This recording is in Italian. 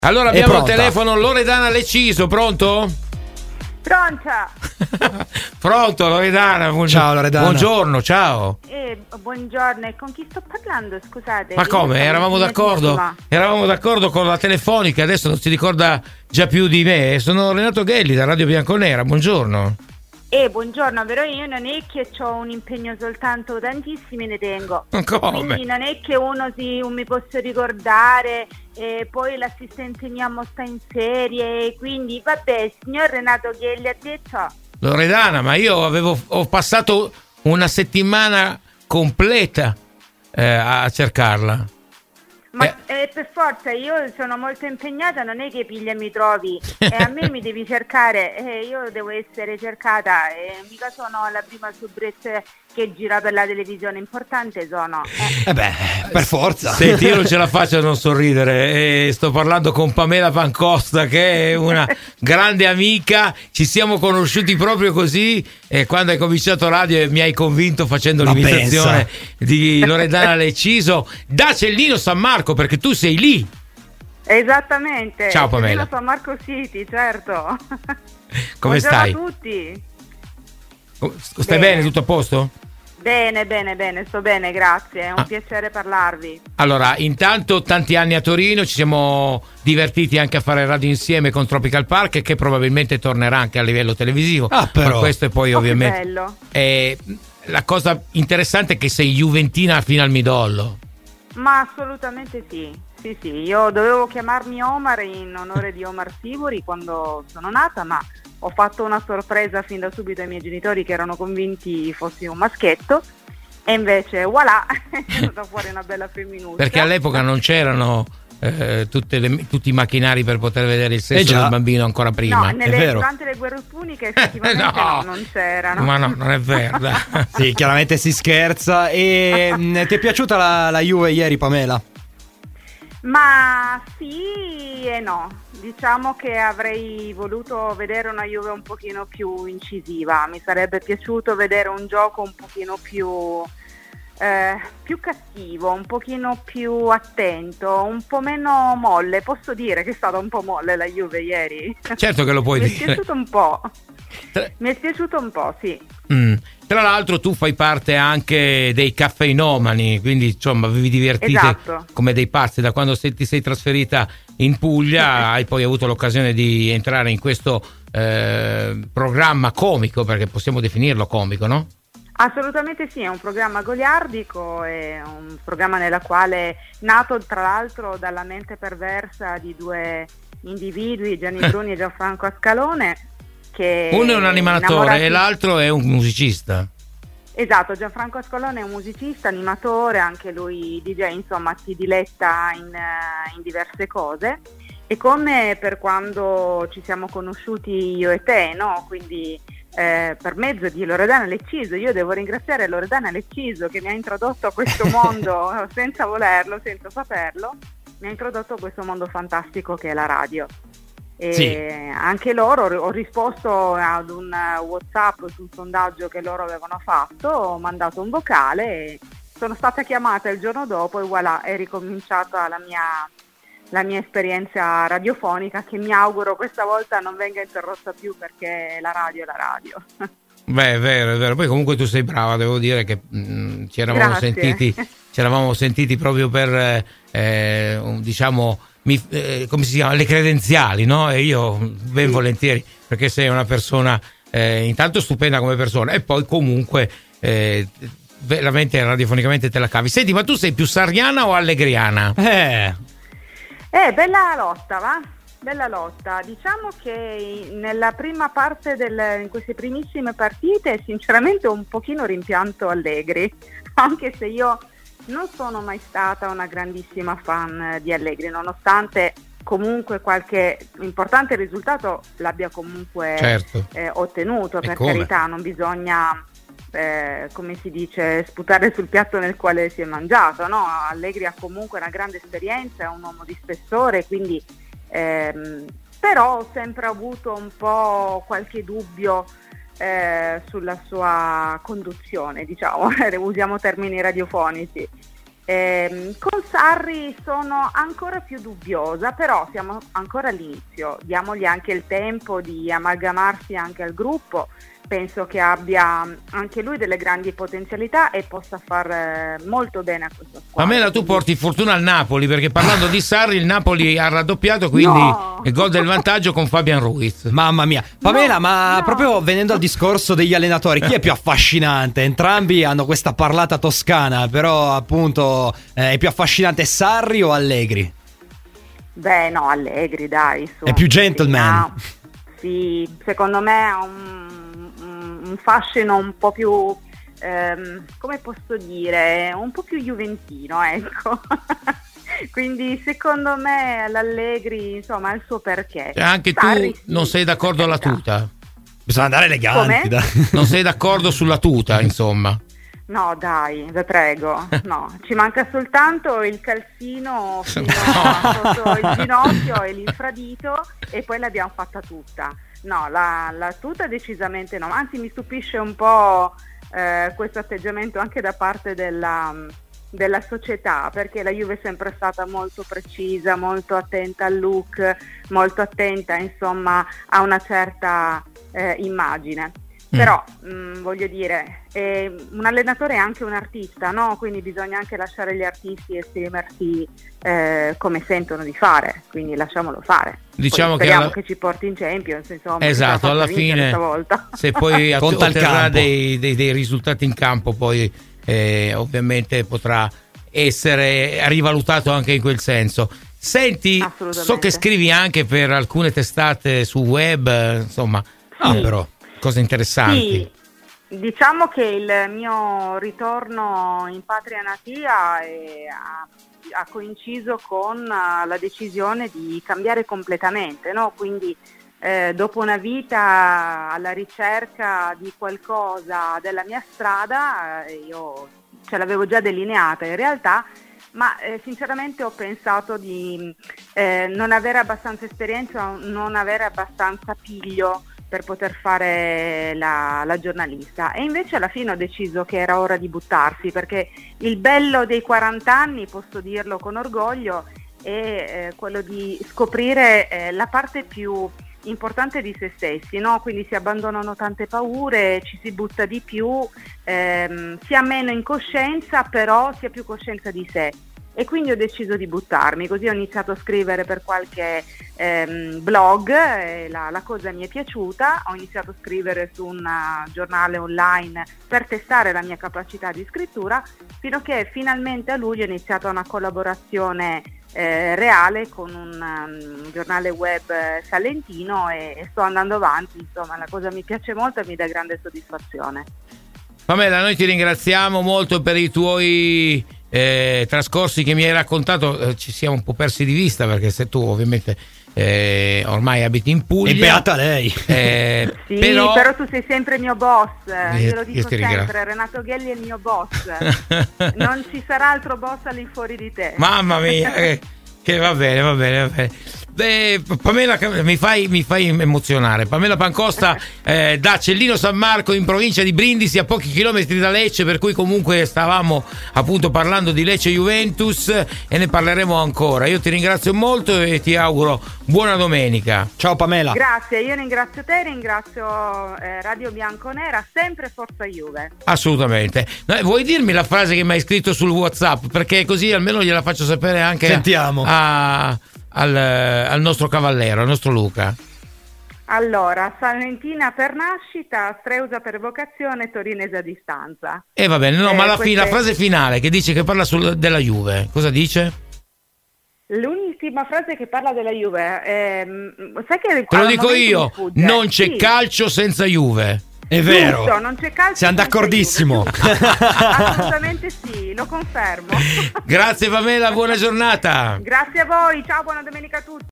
Allora abbiamo al telefono Loredana Leciso, pronto? Pronta. Pronto Loredana, ciao Loredana. Buongiorno, ciao. Buongiorno, e con chi sto parlando, scusate? Ma come? Eravamo d'accordo? Eravamo d'accordo con la telefonica, adesso non si ricorda già più di me. Sono Renato Ghelli da Radio Bianconera, buongiorno. Buongiorno, però io non è che ho un impegno soltanto, tantissimi ne tengo. Come? Quindi non è che mi posso ricordare, poi l'assistente mia sta in serie, quindi vabbè, signor Renato Ghelli ha detto. Loredana, ma io ho passato una settimana completa a cercarla. Ma per forza, io sono molto impegnata, non è che piglia mi trovi, e a me mi devi cercare, io devo essere cercata, e mica sono la prima soubrette che gira per la televisione, importante sono. Per forza. Senti, io non ce la faccio a non sorridere, sto parlando con Pamela Pancosta, che è una grande amica, ci siamo conosciuti proprio così, e quando hai cominciato radio mi hai convinto facendo l'imitazione di Loredana Leciso da Cellino San Marco, perché tu sei lì. Esattamente. Ciao Pamela. San Marco City, certo. Come stai? Buongiorno a tutti. Stai bene? Tutto a posto? Bene, sto bene, grazie, è un piacere parlarvi. Allora, intanto tanti anni a Torino, ci siamo divertiti anche a fare radio insieme con Tropical Park, che probabilmente tornerà anche a livello televisivo. Però. Ma questo è poi ovviamente bello. La cosa interessante è che sei juventina fino al midollo. Ma assolutamente sì, io dovevo chiamarmi Omar in onore di Omar Sivori quando sono nata, ma ho fatto una sorpresa fin da subito ai miei genitori, che erano convinti fossi un maschietto, e invece voilà, è venuta fuori una bella femminuccia. Perché all'epoca non c'erano tutti i macchinari per poter vedere il sesso del bambino ancora prima. No, durante le guerre puniche effettivamente non c'erano. Ma no, non è vero. Sì, chiaramente si scherza. E ti è piaciuta la Juve ieri, Pamela? Ma sì e no, diciamo che avrei voluto vedere una Juve un pochino più incisiva, mi sarebbe piaciuto vedere un gioco un pochino più cattivo, un pochino più attento, un po' meno molle. Posso dire che è stata un po' molle la Juve ieri? Certo che lo puoi dire. Mi è piaciuto un po'. Mi è piaciuto un po', sì. Tra l'altro tu fai parte anche dei caffeinomani, quindi insomma vi divertite come dei pazzi. Da quando ti sei trasferita in Puglia hai poi avuto l'occasione di entrare in questo programma comico, perché possiamo definirlo comico, no? Assolutamente sì, è un programma goliardico, è un programma nella quale, nato tra l'altro dalla mente perversa di due individui, Gianni Bruni e Gianfranco Ascalone, che uno è un animatore e l'altro è un musicista. Esatto, Gianfranco Ascalone è un musicista, animatore, anche lui DJ, insomma si diletta in diverse cose, e come per quando ci siamo conosciuti io e te, no? Quindi per mezzo di Loredana Leciso, io devo ringraziare Loredana Leciso che mi ha introdotto a questo mondo senza volerlo, senza saperlo, mi ha introdotto a questo mondo fantastico che è la radio. E anche loro, ho risposto ad un WhatsApp sul sondaggio che loro avevano fatto, ho mandato un vocale e sono stata chiamata il giorno dopo e voilà, è ricominciata la mia esperienza radiofonica, che mi auguro questa volta non venga interrotta più, perché la radio è la radio. Beh, è vero. Poi comunque tu sei brava, devo dire che ci eravamo sentiti proprio per diciamo come si chiama, le credenziali, no? E io ben volentieri, perché sei una persona intanto stupenda come persona, e poi comunque veramente radiofonicamente te la cavi. Senti, ma tu sei più sarriana o allegriana? Bella lotta, va? Bella lotta. Diciamo che nella prima parte in queste primissime partite sinceramente ho un pochino rimpianto Allegri, anche se io non sono mai stata una grandissima fan di Allegri, nonostante comunque qualche importante risultato l'abbia comunque ottenuto, per carità, non bisogna come si dice, sputare sul piatto nel quale si è mangiato, no? Allegri ha comunque una grande esperienza, è un uomo di spessore, quindi però ho sempre avuto un po' qualche dubbio sulla sua conduzione, diciamo, usiamo termini radiofonici. Con Sarri sono ancora più dubbiosa, però siamo ancora all'inizio, diamogli anche il tempo di amalgamarsi anche al gruppo. Penso che abbia anche lui delle grandi potenzialità e possa far molto bene a questa squadra. Pamela, tu porti fortuna al Napoli, perché parlando di Sarri il Napoli ha raddoppiato, quindi il gol del vantaggio con Fabian Ruiz. Mamma mia. Pamela, proprio venendo al discorso degli allenatori, chi è più affascinante? Entrambi hanno questa parlata toscana, però appunto è più affascinante Sarri o Allegri? Beh, no, Allegri, dai, su. È più gentleman. Sì, secondo me ha un fascino un po' più, come posso dire, un po' più juventino, ecco. Quindi secondo me l'Allegri, insomma, ha il suo perché. Cioè, anche Sarri, tu non sei d'accordo alla tuta? Bisogna andare eleganti. Non sei d'accordo sulla tuta, insomma? No, dai, vi prego, no, ci manca soltanto il calzino fino sotto il ginocchio e l'infradito e poi l'abbiamo fatta tutta. No, la tuta decisamente no, anzi mi stupisce un po' questo atteggiamento anche da parte della società, perché la Juve è sempre stata molto precisa, molto attenta al look, molto attenta insomma a una certa immagine. Però voglio dire, un allenatore è anche un artista, no? Quindi bisogna anche lasciare gli artisti esprimersi come sentono di fare, quindi lasciamolo fare. Diciamo speriamo che ci porti in Champions, insomma. Esatto, alla fine se poi otterrà dei risultati in campo, poi ovviamente potrà essere rivalutato anche in quel senso. Senti, so che scrivi anche per alcune testate su web, insomma, sì. Però cose interessanti. Sì, diciamo che il mio ritorno in patria natia ha coinciso con la decisione di cambiare completamente, no? Quindi dopo una vita alla ricerca di qualcosa della mia strada, io ce l'avevo già delineata in realtà, ma sinceramente ho pensato di non avere abbastanza esperienza, non avere abbastanza piglio per poter fare la giornalista, e invece alla fine ho deciso che era ora di buttarsi, perché il bello dei 40 anni, posso dirlo con orgoglio, è quello di scoprire la parte più importante di se stessi, no? Quindi si abbandonano tante paure, ci si butta di più, si ha meno incoscienza, però si ha più coscienza di sé. E quindi ho deciso di buttarmi, così ho iniziato a scrivere per qualche blog, la cosa mi è piaciuta, ho iniziato a scrivere su un giornale online per testare la mia capacità di scrittura, fino a che finalmente a luglio è iniziata una collaborazione reale con un giornale web salentino e sto andando avanti, insomma la cosa mi piace molto e mi dà grande soddisfazione. Pamela, noi ti ringraziamo molto per i tuoi trascorsi che mi hai raccontato, ci siamo un po' persi di vista perché se tu ovviamente ormai abiti in Puglia. E beata lei. Sì, però tu sei sempre il mio boss, io lo dico sempre, Renato Ghelli è il mio boss, non ci sarà altro boss all'infuori di te. Mamma mia, che va bene. Beh, Pamela, mi fai emozionare. Pamela Pancosta da Cellino San Marco in provincia di Brindisi, a pochi chilometri da Lecce, per cui comunque stavamo appunto parlando di Lecce Juventus e ne parleremo ancora. Io ti ringrazio molto e ti auguro buona domenica. Ciao Pamela. Grazie, io ringrazio te, ringrazio Radio Bianconera, sempre Forza Juve. Assolutamente. Vuoi dirmi la frase che mi hai scritto sul WhatsApp? Perché così almeno gliela faccio sapere anche Sentiamo. al nostro cavallero, al nostro Luca. Allora, Salentina per nascita, Streusa per vocazione, Torinese a distanza. E va bene, no, ma la frase finale che dice che parla della Juve, cosa dice? L'ultima frase che parla della Juve, sai che te lo dico io, non c'è calcio senza Juve. È vero, giusto, non c'è calcio, siamo d'accordissimo. Assolutamente sì, lo confermo. Grazie Pamela, buona giornata. Grazie a voi, ciao, buona domenica a tutti.